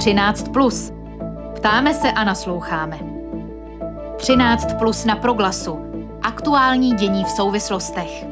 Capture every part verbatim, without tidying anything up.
třináct plus. Ptáme se a nasloucháme. třináct plus na Proglasu. Aktuální dění v souvislostech.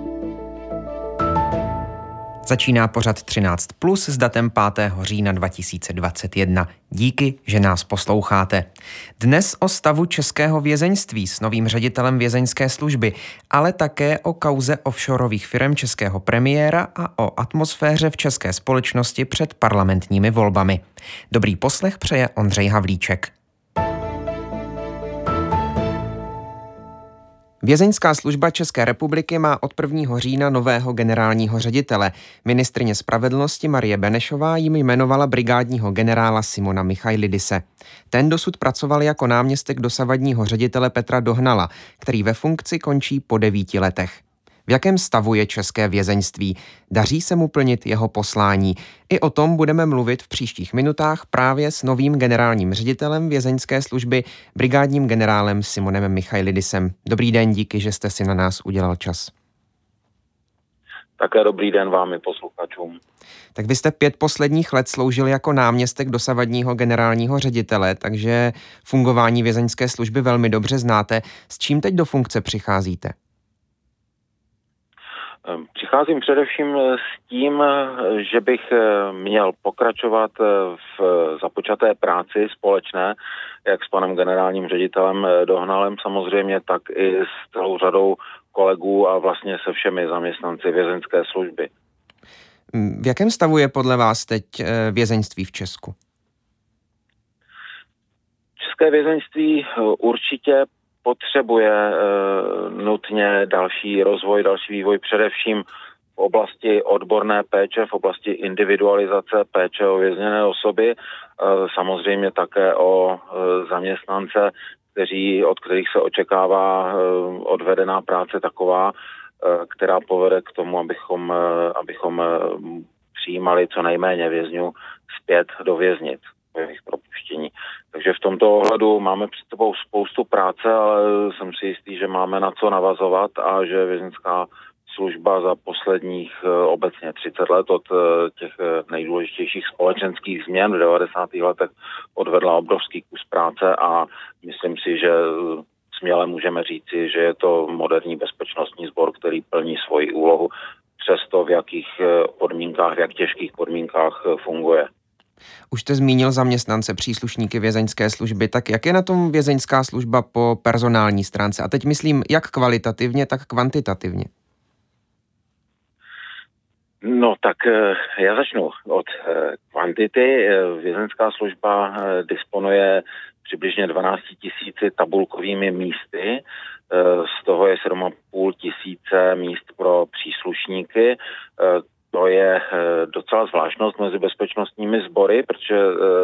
Začíná pořad třináct plus s datem pátého října dva tisíce dvacet jedna. Díky, že nás posloucháte. Dnes o stavu českého vězeňství s novým ředitelem vězeňské služby, ale také o kauze offshorových firem českého premiéra a o atmosféře v české společnosti před parlamentními volbami. Dobrý poslech přeje Ondřej Havlíček. Vězeňská služba České republiky má od prvního října nového generálního ředitele. Ministryně spravedlnosti Marie Benešová jim jmenovala brigádního generála Simona Michailidise. Ten dosud pracoval jako náměstek dosavadního ředitele Petra Dohnala, který ve funkci končí po devíti letech. V jakém stavu je české vězeňství? Daří se mu plnit jeho poslání? I o tom budeme mluvit v příštích minutách právě s novým generálním ředitelem vězeňské služby, brigádním generálem Simonem Michailidisem. Dobrý den, díky, že jste si na nás udělal čas. Také dobrý den vám i posluchačům. Tak vy jste pět posledních let sloužil jako náměstek dosavadního generálního ředitele, takže fungování vězeňské služby velmi dobře znáte. S čím teď do funkce přicházíte? Přicházím především s tím, že bych měl pokračovat v započaté práci společné, jak s panem generálním ředitelem Dohnalem samozřejmě, tak i s celou řadou kolegů a vlastně se všemi zaměstnanci vězeňské služby. V jakém stavu je podle vás teď vězeňství v Česku? České vězeňství určitě potřebuje e, nutně další rozvoj, další vývoj, především v oblasti odborné péče, v oblasti individualizace péče o vězněné osoby, e, samozřejmě také o e, zaměstnance, kteří, od kterých se očekává e, odvedená práce taková, e, která povede k tomu, abychom, e, abychom e, přijímali co nejméně vězňů zpět do věznic. Jejich propuštění. Takže v tomto ohledu máme před sebou spoustu práce, ale jsem si jistý, že máme na co navazovat a že vězeňská služba za posledních obecně třicet let od těch nejdůležitějších společenských změn v devadesátých letech odvedla obrovský kus práce a myslím si, že směle můžeme říci, že je to moderní bezpečnostní sbor, který plní svoji úlohu přesto v jakých podmínkách, v jak těžkých podmínkách funguje. Už jste zmínil zaměstnance, příslušníky vězeňské služby, tak jak je na tom vězeňská služba po personální stránce? A teď myslím jak kvalitativně, tak kvantitativně. No tak já začnu od kvantity. Vězeňská služba disponuje přibližně dvanáct tisíci tabulkovými místy, z toho je sedm a půl tisíce míst pro příslušníky. To je docela zvláštnost mezi bezpečnostními sbory, protože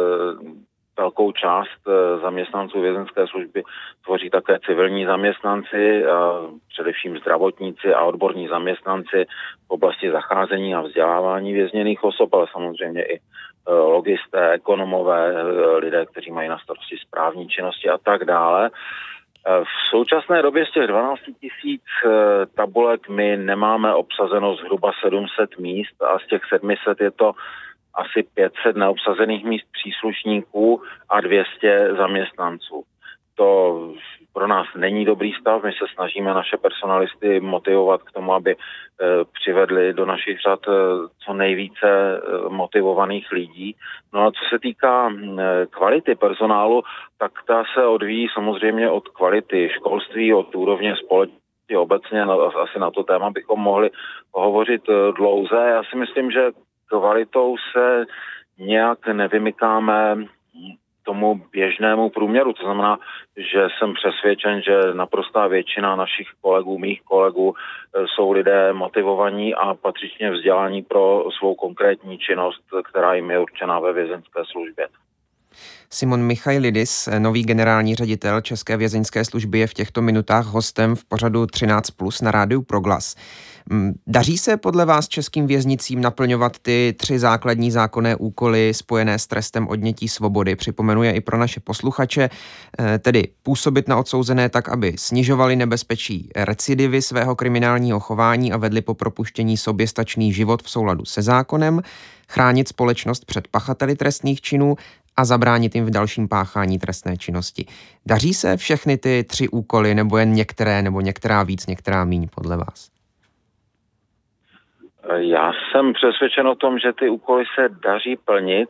velkou část zaměstnanců vězeňské služby tvoří také civilní zaměstnanci, především zdravotníci a odborní zaměstnanci v oblasti zacházení a vzdělávání vězněných osob, ale samozřejmě i logisté, ekonomové, lidé, kteří mají na starosti správní činnosti a tak dále. V současné době z těch dvanáct tisíc tabulek my nemáme obsazeno zhruba sedm set míst a z těch sedm set je to asi pět set neobsazených míst příslušníků a dvě stě zaměstnanců. To pro nás není dobrý stav, my se snažíme naše personalisty motivovat k tomu, aby přivedli do našich řad co nejvíce motivovaných lidí. No a co se týká kvality personálu, tak ta se odvíjí samozřejmě od kvality školství, od úrovně společnosti obecně, asi na to téma bychom mohli hovořit dlouze. Já si myslím, že kvalitou se nějak nevymykáme tomu běžnému průměru. To znamená, že jsem přesvědčen, že naprostá většina našich kolegů, mých kolegů, jsou lidé motivovaní a patřičně vzdělaní pro svou konkrétní činnost, která jim je určená ve vězeňské službě. Simon Michailidis, nový generální ředitel České vězeňské služby, je v těchto minutách hostem v pořadu třináct plus na rádiu Proglas. Daří se podle vás českým věznicím naplňovat ty tři základní zákonné úkoly spojené s trestem odnětí svobody? Připomenu je i pro naše posluchače, tedy působit na odsouzené tak, aby snižovali nebezpečí recidivy svého kriminálního chování a vedli po propuštění soběstačný život v souladu se zákonem, chránit společnost před pachateli trestných činů a zabránit jim v dalším páchání trestné činnosti. Daří se všechny ty tři úkoly, nebo jen některé, nebo některá víc, některá míň podle vás? Já jsem přesvědčen o tom, že ty úkoly se daří plnit.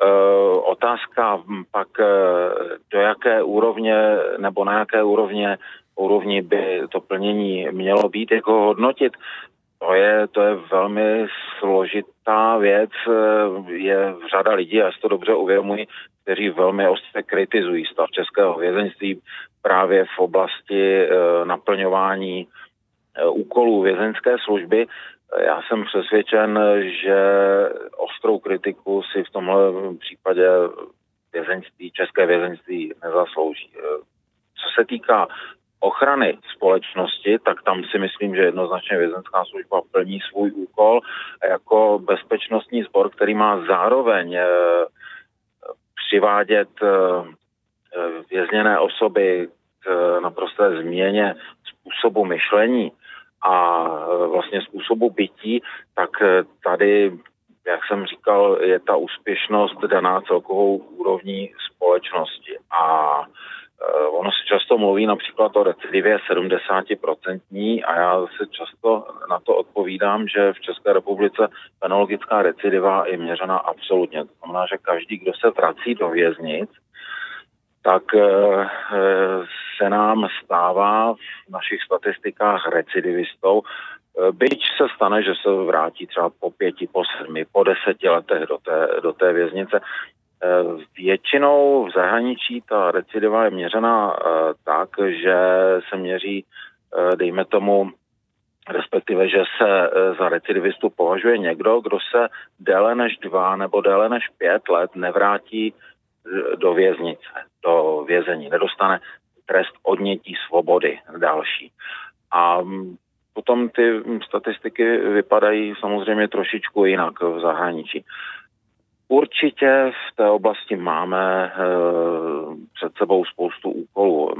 Otázka pak, do jaké úrovně nebo na jaké úrovně, úrovni by to plnění mělo být, jako hodnotit, to je, to je velmi složitá věc. Je řada lidí, já si to dobře uvědomuji, kteří velmi ostře kritizují stav českého vězeňství právě v oblasti naplňování úkolů vězeňské služby. Já jsem přesvědčen, že ostrou kritiku si v tomhle případě vězeňství, české vězeňství nezaslouží. Co se týká ochrany společnosti, tak tam si myslím, že jednoznačně vězeňská služba plní svůj úkol jako bezpečnostní sbor, který má zároveň přivádět vězněné osoby k naprosté změně způsobu myšlení a vlastně způsobu bytí, tak tady, jak jsem říkal, je ta úspěšnost daná celkovou úrovní společnosti. A ono se často mluví například o recidivě sedmdesát procent a já si často na to odpovídám, že v České republice penologická recidiva je měřena absolutně. To znamená, že každý, kdo se vrací do věznic, tak se nám stává v našich statistikách recidivistou, byť se stane, že se vrátí třeba po pěti, po sedmi, po deseti letech do té, do té věznice. Většinou v zahraničí ta recidiva je měřena tak, že se měří, dejme tomu, respektive, že se za recidivistu považuje někdo, kdo se déle než dva nebo déle než pět let nevrátí do věznice, do vězení, nedostane trest odnětí svobody další. A potom ty statistiky vypadají samozřejmě trošičku jinak v zahraničí. Určitě v té oblasti máme e, před sebou spoustu úkolů.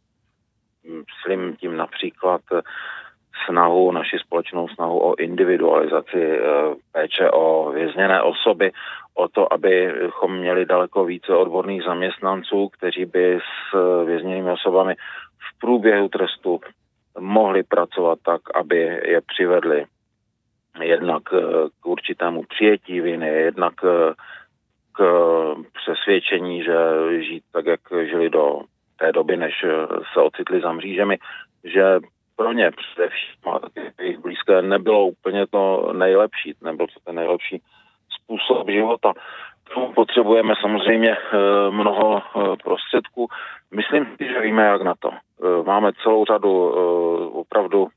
Myslím tím například snahu, naši společnou snahu o individualizaci e, péče o vězněné osoby, o to, abychom měli daleko více odborných zaměstnanců, kteří by s vězněnými osobami v průběhu trestu mohli pracovat tak, aby je přivedli jednak k určitému přijetí viny, jednak k přesvědčení, že žít tak, jak žili do té doby, než se ocitli za mřížemi, že pro ně především a jejich blízké nebylo úplně to nejlepší, nebyl to ten nejlepší způsob života. K tomu potřebujeme samozřejmě mnoho prostředků. Myslím si, že víme, jak na to. Máme celou řadu opravdu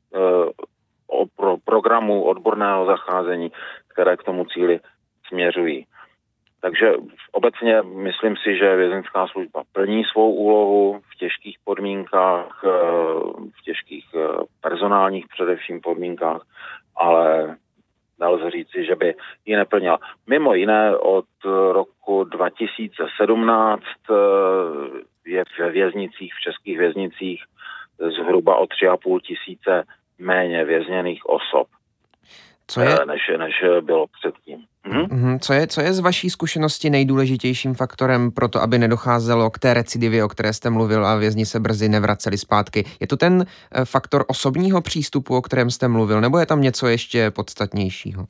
pro programů odborného zacházení, které k tomu cíli směřují. Takže obecně myslím si, že vězeňská služba plní svou úlohu v těžkých podmínkách, v těžkých personálních především podmínkách, ale nelze říci, že by ji neplnila. Mimo jiné od roku dva tisíce sedmnáct je ve věznicích, v českých věznicích zhruba o tři a půl tisíce méně vězněných osob, co je, než, než bylo předtím. Mhm. Co je, co je z vaší zkušenosti nejdůležitějším faktorem pro to, aby nedocházelo k té recidivě, o které jste mluvil, a vězni se brzy nevraceli zpátky? Je to ten faktor osobního přístupu, o kterém jste mluvil, nebo je tam něco ještě podstatnějšího?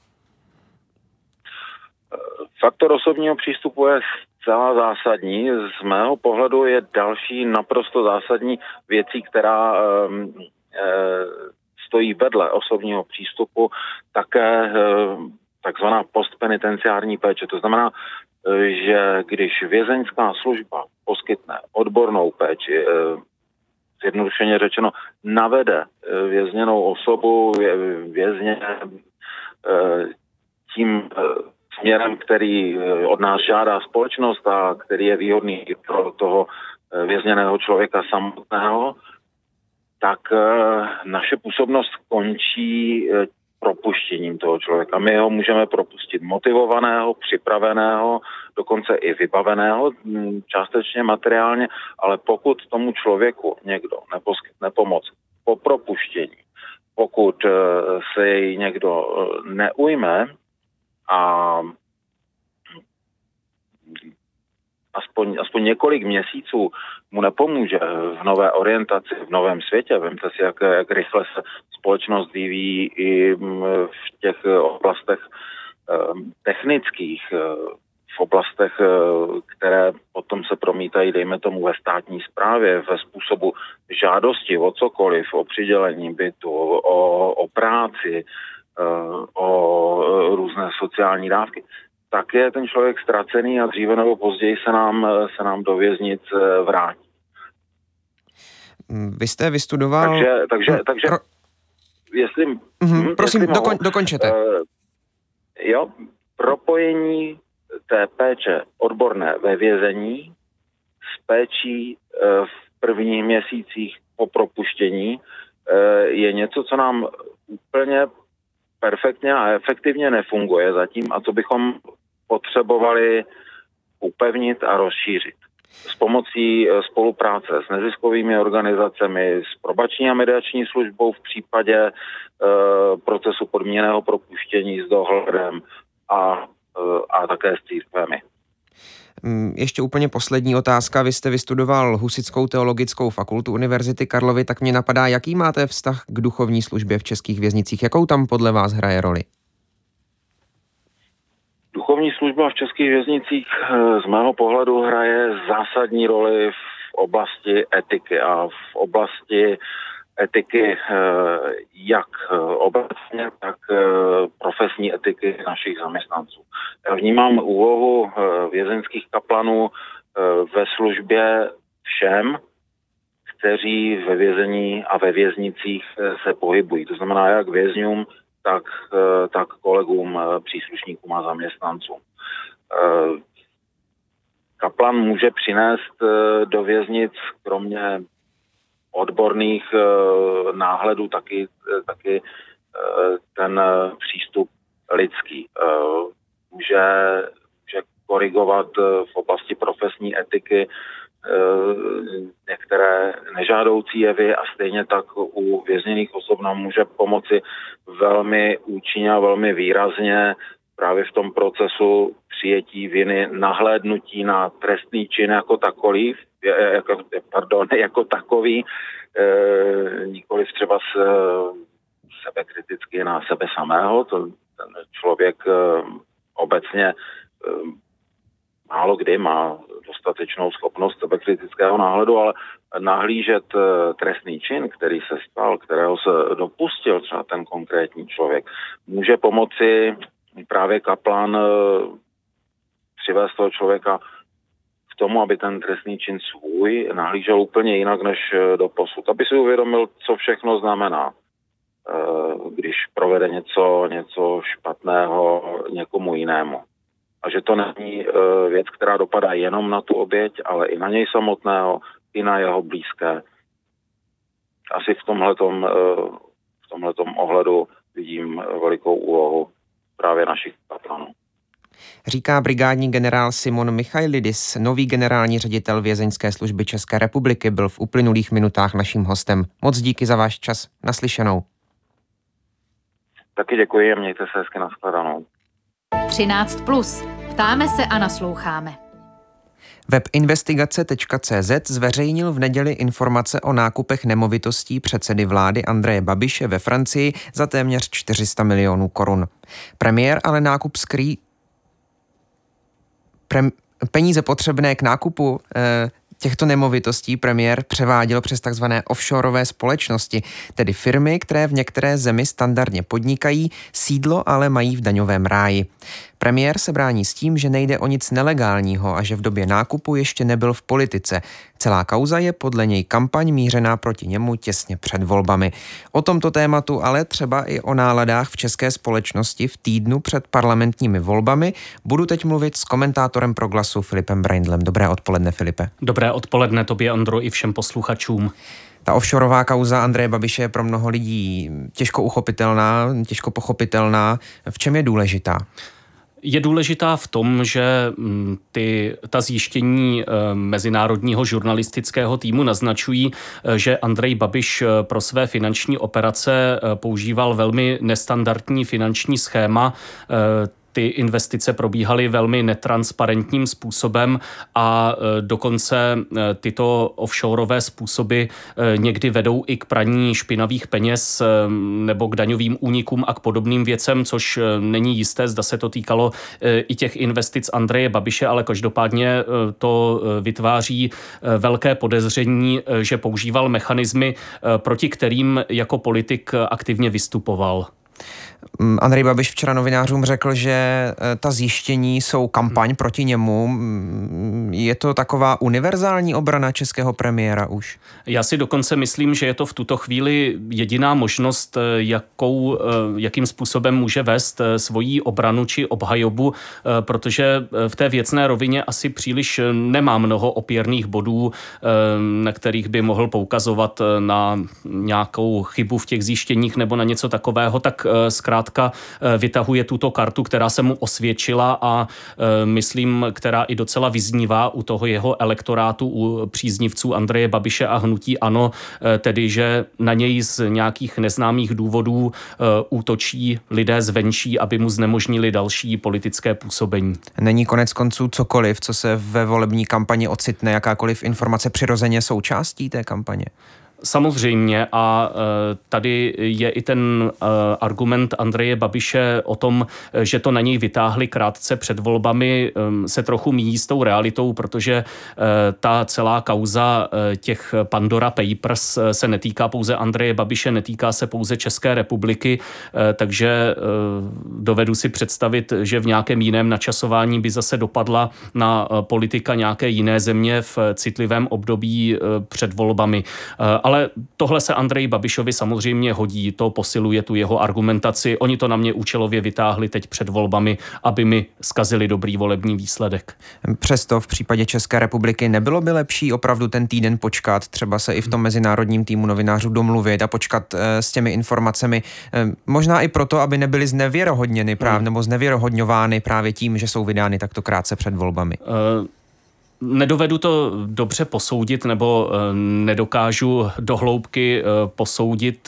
Faktor osobního přístupu je zcela zásadní. Z mého pohledu je další naprosto zásadní věcí, která um, e, stojí vedle osobního přístupu, také takzvaná postpenitenciární péče. To znamená, že když vězeňská služba poskytne odbornou péči, zjednodušeně řečeno, navede vězněnou osobu vězně tím směrem, který od nás žádá společnost a který je výhodný pro toho vězněného člověka samotného, tak naše působnost končí propuštěním toho člověka. My ho můžeme propustit motivovaného, připraveného, dokonce i vybaveného, částečně materiálně, ale pokud tomu člověku někdo neposkytne pomoc po propuštění, pokud se jej někdo neujme a aspoň, aspoň několik měsíců mu nepomůže v nové orientaci, v novém světě. Vemte si, jak, jak rychle se společnost vyvíjí i v těch oblastech technických, v oblastech, které potom se promítají, dejme tomu, ve státní správě, ve způsobu žádosti o cokoliv, o přidělení bytu, o, o práci, o různé sociální dávky, tak je ten člověk ztracený a dříve nebo později se nám, se nám do věznic vrátí. Vy jste vystudoval... Takže, takže, takže Pro... jestli... Mm-hmm, prosím, jestli dokon, dokončete. Uh, jo, propojení té péče odborné ve vězení s péčí uh, v prvních měsících po propuštění uh, je něco, co nám úplně perfektně a efektivně nefunguje zatím a co bychom potřebovali upevnit a rozšířit. S pomocí spolupráce s neziskovými organizacemi, s probační a mediační službou v případě e, procesu podmíněného propuštění s dohledem a, e, a také s církvemi. Ještě úplně poslední otázka. Vy jste vystudoval Husitskou teologickou fakultu Univerzity Karlovy, tak mě napadá, jaký máte vztah k duchovní službě v českých věznicích? Jakou tam podle vás hraje roli? Duchovní služba v českých věznicích z mého pohledu hraje zásadní roli v oblasti etiky a v oblasti etiky jak obecně, tak profesní etiky našich zaměstnanců. Já vnímám úlohu vězeňských kaplanů ve službě všem, kteří ve vězení a ve věznicích se pohybují. To znamená jak vězňům, tak, tak kolegům, příslušníkům a zaměstnancům. Kaplan může přinést do věznic kromě odborných náhledů taky, taky ten přístup lidský. Může, může korigovat v oblasti profesní etiky některé nežádoucí jevy a stejně tak u vězněných osob nám může pomoci velmi účinně a velmi výrazně právě v tom procesu přijetí viny, nahlédnutí na trestný čin jako takový, jako, pardon, jako takový, e, nikoliv třeba s, sebekriticky na sebe samého, to ten člověk e, obecně e, málo kdy má dostatečnou schopnost sebekritického náhledu, ale nahlížet trestný čin, který se stal, kterého se dopustil třeba ten konkrétní člověk, může pomoci právě kaplan přivést toho člověka k tomu, aby ten trestný čin svůj nahlížel úplně jinak než doposud, aby si uvědomil, co všechno znamená, když provede něco, něco špatného někomu jinému. A že to není věc, která dopadá jenom na tu oběť, ale i na něj samotného, i na jeho blízké. Asi v tomhletom, v tomhletom ohledu vidím velikou úlohu právě našich kaplanů. Říká brigádní generál Simon Michailidis, nový generální ředitel vězeňské služby České republiky, byl v uplynulých minutách naším hostem. Moc díky za váš čas. Naslyšenou. Taky děkuji a mějte se hezky, nashledanou. třináct plus. Ptáme se a nasloucháme. Web investigace tečka cé zet zveřejnil v neděli informace o nákupech nemovitostí předsedy vlády Andreje Babiše ve Francii za téměř čtyři sta milionů korun. Premiér ale nákup skrý... Prem... Peníze potřebné k nákupu eh, těchto nemovitostí premiér převáděl přes takzvané offshoreové společnosti, tedy firmy, které v některé zemi standardně podnikají, sídlo ale mají v daňovém ráji. Premiér se brání s tím, že nejde o nic nelegálního a že v době nákupu ještě nebyl v politice. Celá kauza je podle něj kampaň mířená proti němu těsně před volbami. O tomto tématu, ale třeba i o náladách v české společnosti v týdnu před parlamentními volbami budu teď mluvit s komentátorem Proglasu Filipem Braindlem. Dobré odpoledne, Filipe. Dobré odpoledne tobě, Ondro, i všem posluchačům. Ta offshoreová kauza Andreje Babiše je pro mnoho lidí těžko uchopitelná, těžko pochopitelná. V čem je důležitá? Je důležitá v tom, že ty, ta zjištění mezinárodního žurnalistického týmu naznačují, že Andrej Babiš pro své finanční operace používal velmi nestandardní finanční schéma. ty investice probíhaly velmi netransparentním způsobem a dokonce tyto offshoreové způsoby někdy vedou i k praní špinavých peněz nebo k daňovým únikům a k podobným věcem, což není jisté, zda se to týkalo i těch investic Andreje Babiše, ale každopádně to vytváří velké podezření, že používal mechanismy, proti kterým jako politik aktivně vystupoval. Andrej Babiš včera novinářům řekl, že ta zjištění jsou kampaň proti němu. Je to taková univerzální obrana českého premiéra už? Já si dokonce myslím, že je to v tuto chvíli jediná možnost, jakou, jakým způsobem může vést svoji obranu či obhajobu, protože v té věcné rovině asi příliš nemá mnoho opěrných bodů, na kterých by mohl poukazovat na nějakou chybu v těch zjištěních nebo na něco takového, tak zkrátka vytahuje tuto kartu, která se mu osvědčila a myslím, která i docela vyznívá u toho jeho elektorátu, u příznivců Andreje Babiše a hnutí ANO, tedy že na něj z nějakých neznámých důvodů útočí lidé zvenčí, aby mu znemožnili další politické působení. Není konec konců cokoliv, co se ve volební kampani ocitne, jakákoliv informace přirozeně součástí té kampaně? Samozřejmě a tady je i ten argument Andreje Babiše o tom, že to na něj vytáhli krátce před volbami, se trochu míjí s tou realitou, protože ta celá kauza těch Pandora Papers se netýká pouze Andreje Babiše, netýká se pouze České republiky, takže dovedu si představit, že v nějakém jiném načasování by zase dopadla na politika nějaké jiné země v citlivém období před volbami. Ale tohle se Andreji Babišovi samozřejmě hodí, to posiluje tu jeho argumentaci. Oni to na mě účelově vytáhli teď před volbami, aby mi zkazili dobrý volební výsledek. Přesto v případě České republiky nebylo by lepší opravdu ten týden počkat, třeba se i v tom mezinárodním týmu novinářů domluvit a počkat e, s těmi informacemi. E, možná i proto, aby nebyly znevěrohodněny právě, nebo znevěrohodňovány právě tím, že jsou vydány takto krátce před volbami. Uh... Nedovedu to dobře posoudit nebo nedokážu do hloubky posoudit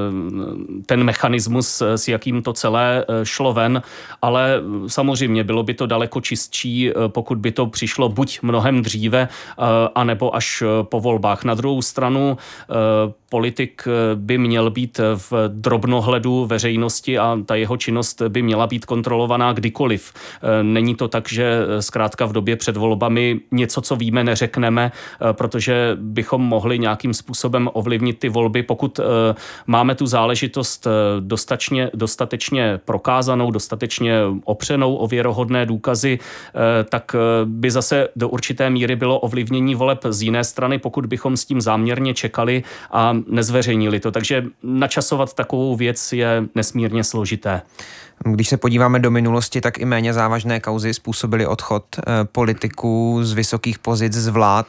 ten mechanismus, s jakým to celé šlo ven, ale samozřejmě bylo by to daleko čistší, pokud by to přišlo buď mnohem dříve, anebo až po volbách. Na druhou stranu politik by měl být v drobnohledu veřejnosti a ta jeho činnost by měla být kontrolovaná kdykoliv. Není to tak, že zkrátka v době před volbami něco, co víme, neřekneme, protože bychom mohli nějakým způsobem ovlivnit ty volby. Pokud máme tu záležitost dostatečně, dostatečně prokázanou, dostatečně opřenou o věrohodné důkazy, tak by zase do určité míry bylo ovlivnění voleb z jiné strany, pokud bychom s tím záměrně čekali a nezveřejnili to. Takže načasovat takovou věc je nesmírně složité. Když se podíváme do minulosti, tak i méně závažné kauzy způsobily odchod politiků z vysokých pozic z vlád.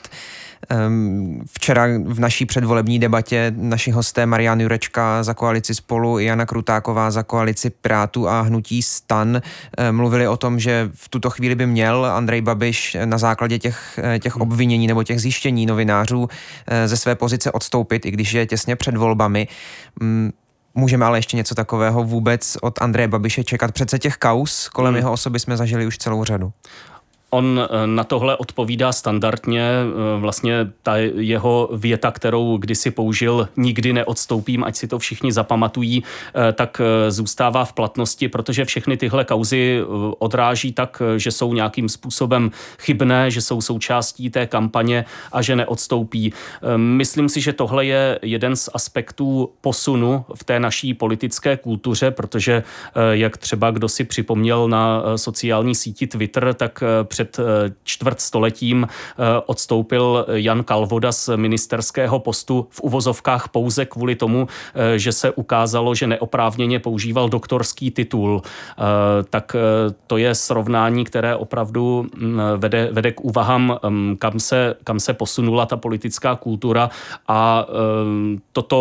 Včera v naší předvolební debatě naši hosté Marian Jurečka za koalici Spolu i Jana Krutáková za koalici Pirátů a hnutí STAN mluvili o tom, že v tuto chvíli by měl Andrej Babiš na základě těch, těch obvinění nebo těch zjištění novinářů ze své pozice odstoupit, i když je těsně před volbami. Můžeme ale ještě něco takového vůbec od Andreje Babiše čekat? Přece těch kauz kolem hmm. jeho osoby jsme zažili už celou řadu. On na tohle odpovídá standardně, vlastně ta jeho věta, kterou kdysi použil, nikdy neodstoupím, ať si to všichni zapamatují, tak zůstává v platnosti, protože všechny tyhle kauzy odráží tak, že jsou nějakým způsobem chybné, že jsou součástí té kampaně a že neodstoupí. Myslím si, že tohle je jeden z aspektů posunu v té naší politické kultuře, protože jak třeba kdo si připomněl na sociální síti Twitter, tak před Před čtvrtstoletím odstoupil Jan Kalvoda z ministerského postu v uvozovkách pouze kvůli tomu, že se ukázalo, že neoprávněně používal doktorský titul. Tak to je srovnání, které opravdu vede, vede k úvahám, kam se, kam se posunula ta politická kultura a toto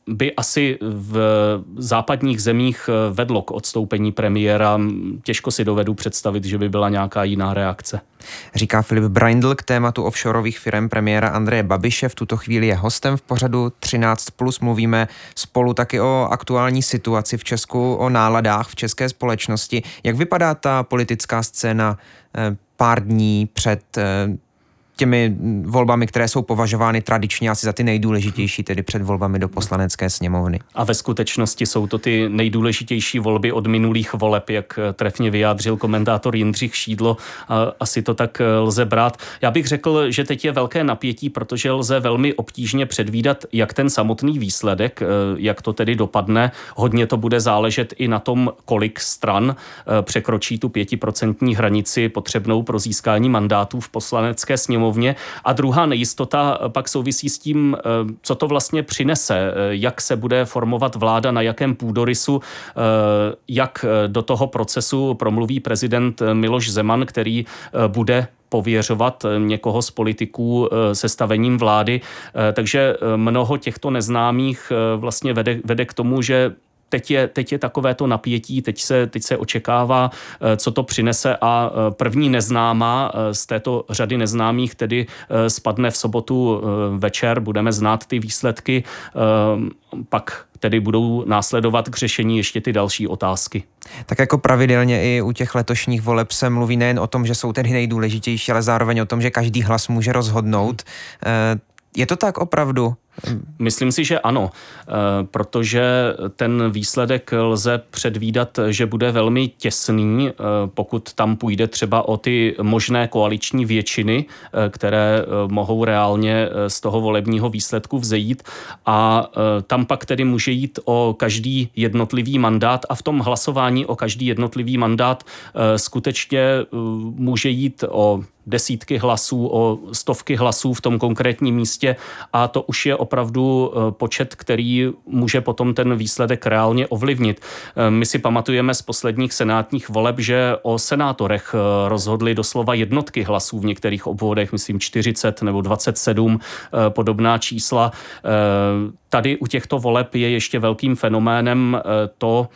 by asi v západních zemích vedlo k odstoupení premiéra. Těžko si dovedu představit, že by byla nějaká jiná reakce. Říká Filip Braindl k tématu offshoreových firem premiéra Andreje Babiše. V tuto chvíli je hostem v pořadu třináct plus. Mluvíme spolu taky o aktuální situaci v Česku, o náladách v české společnosti. Jak vypadá ta politická scéna pár dní před těmi volbami, které jsou považovány tradičně asi za ty nejdůležitější, tedy před volbami do Poslanecké sněmovny? A ve skutečnosti jsou to ty nejdůležitější volby od minulých voleb, jak trefně vyjádřil komentátor Jindřich Šídlo. A asi to tak lze brát. Já bych řekl, že teď je velké napětí, protože lze velmi obtížně předvídat, jak ten samotný výsledek, jak to tedy dopadne. Hodně to bude záležet i na tom, kolik stran překročí tu pětiprocentní hranici potřebnou pro získání mandátů v Poslanecké sněmovně. A druhá nejistota pak souvisí s tím, co to vlastně přinese, jak se bude formovat vláda, na jakém půdorysu, jak do toho procesu promluví prezident Miloš Zeman, který bude pověřovat někoho z politiků sestavením vlády. Takže mnoho těchto neznámých vlastně vede, vede k tomu, že Teď je, teď je takovéto napětí, teď se, teď se očekává, co to přinese a první neznámá z této řady neznámých tedy spadne v sobotu večer, budeme znát ty výsledky, pak tedy budou následovat k řešení ještě ty další otázky. Tak jako pravidelně i u těch letošních voleb se mluví nejen o tom, že jsou tedy nejdůležitější, ale zároveň o tom, že každý hlas může rozhodnout. Je to tak opravdu? Myslím si, že ano, protože ten výsledek lze předvídat, že bude velmi těsný, pokud tam půjde třeba o ty možné koaliční většiny, které mohou reálně z toho volebního výsledku vzejít, a tam pak tedy může jít o každý jednotlivý mandát a v tom hlasování o každý jednotlivý mandát skutečně může jít o desítky hlasů, o stovky hlasů v tom konkrétním místě a to už je opravdu počet, který může potom ten výsledek reálně ovlivnit. My si pamatujeme z posledních senátních voleb, že o senátorech rozhodly doslova jednotky hlasů v některých obvodech, myslím čtyřicet nebo dvacet sedm, podobná čísla. Tady u těchto voleb je ještě velkým fenoménem to,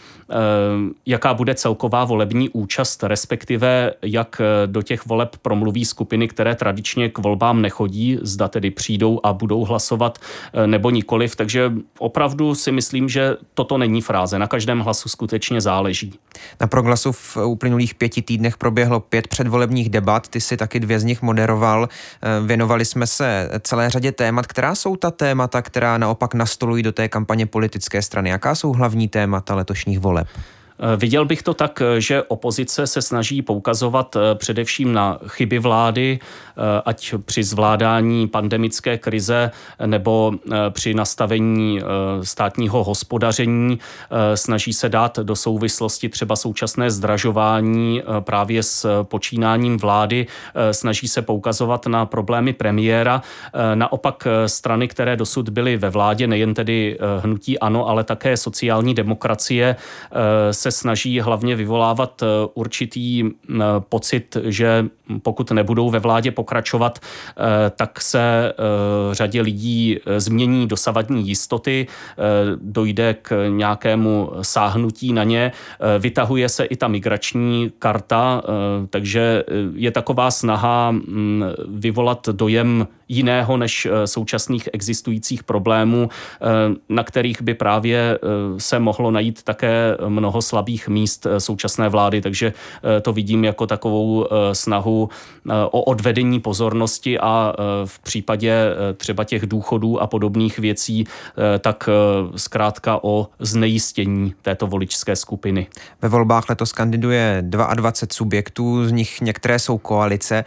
jaká bude celková volební účast, respektive jak do těch voleb promluví skupiny, které tradičně k volbám nechodí, zda tedy přijdou a budou hlasovat nebo nikoliv. Takže opravdu si myslím, že toto není fráze. Na každém hlasu skutečně záleží. Na Proglasu v uplynulých pěti týdnech proběhlo pět předvolebních debat, ty si taky dvě z nich moderoval. Věnovali jsme se celé řadě témat. Která jsou ta témata, která naopak nastolují do té kampaně politické strany? Jaká jsou hlavní témata letošních voleb? Viděl bych to tak, že opozice se snaží poukazovat především na chyby vlády, ať při zvládání pandemické krize nebo při nastavení státního hospodaření. Snaží se dát do souvislosti třeba současné zdražování právě s počínáním vlády. Snaží se poukazovat na problémy premiéra. Naopak strany, které dosud byly ve vládě, nejen tedy hnutí ANO, ale také sociální demokracie, se snaží hlavně vyvolávat určitý pocit, že pokud nebudou ve vládě pokračovat, tak se řadě lidí změní dosavadní jistoty, dojde k nějakému sáhnutí na ně, vytahuje se i ta migrační karta, takže je taková snaha vyvolat dojem jiného než současných existujících problémů, na kterých by právě se mohlo najít také mnoho slabých míst současné vlády, takže to vidím jako takovou snahu o odvedení pozornosti a v případě třeba těch důchodů a podobných věcí, tak zkrátka o znejistění této voličské skupiny. Ve volbách letos kandiduje dvacet dva subjektů, z nich některé jsou koalice.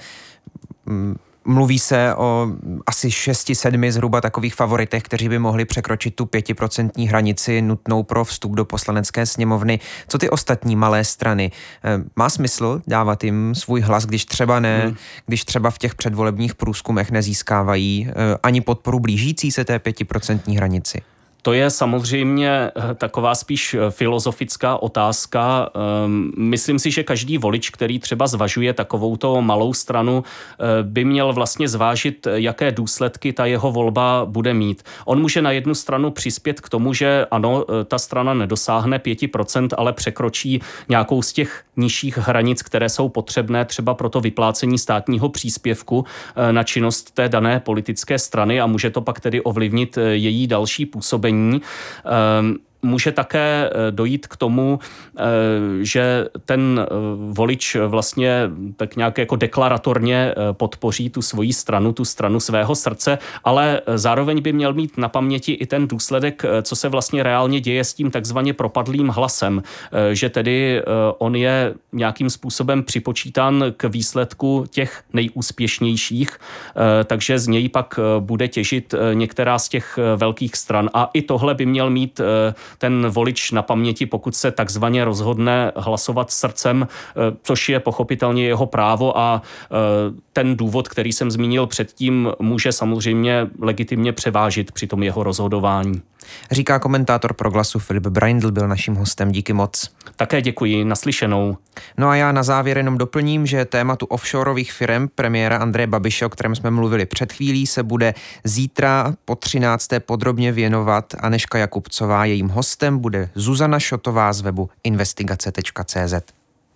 Mluví se o asi šesti, sedmi zhruba takových favoritech, kteří by mohli překročit tu pětiprocentní hranici nutnou pro vstup do Poslanecké sněmovny. Co ty ostatní malé strany? Má smysl dávat jim svůj hlas, když třeba ne, hmm. když třeba v těch předvolebních průzkumech nezískávají ani podporu blížící se té pětiprocentní hranici? To je samozřejmě taková spíš filozofická otázka. Myslím si, že každý volič, který třeba zvažuje takovouto malou stranu, by měl vlastně zvážit, jaké důsledky ta jeho volba bude mít. On může na jednu stranu přispět k tomu, že ano, ta strana nedosáhne pět procent, ale překročí nějakou z těch nižších hranic, které jsou potřebné třeba pro to vyplácení státního příspěvku na činnost té dané politické strany a může to pak tedy ovlivnit její další působení. Může také dojít k tomu, že ten volič vlastně tak nějak jako deklaratorně podpoří tu svoji stranu, tu stranu svého srdce, ale zároveň by měl mít na paměti i ten důsledek, co se vlastně reálně děje s tím takzvaně propadlým hlasem, že tedy on je nějakým způsobem připočítán k výsledku těch nejúspěšnějších, takže z něj pak bude těžit některá z těch velkých stran. A i tohle by měl mít ten volič na paměti, pokud se takzvaně rozhodne hlasovat srdcem, což je pochopitelně jeho právo a ten důvod, který jsem zmínil předtím, může samozřejmě legitimně převážit při tom jeho rozhodování. Říká komentátor Proglasu Filip Braindl, byl naším hostem. Díky moc. Také děkuji, naslyšenou. No a já na závěr jenom doplním, že tématu offshoreových firem premiéra Andreje Babiše, o kterém jsme mluvili před chvílí, se bude zítra po třinácté podrobně věnovat Anežka Jakubcová. Jejím hostem bude Zuzana Šotová z webu investigace tečka cé zet.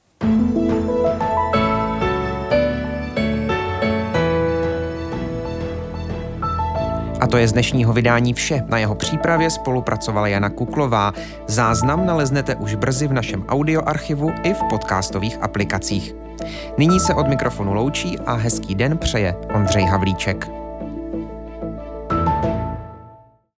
A to je z dnešního vydání vše. Na jeho přípravě spolupracovala Jana Kuklová. Záznam naleznete už brzy v našem audioarchivu i v podcastových aplikacích. Nyní se od mikrofonu loučí a hezký den přeje Ondřej Havlíček.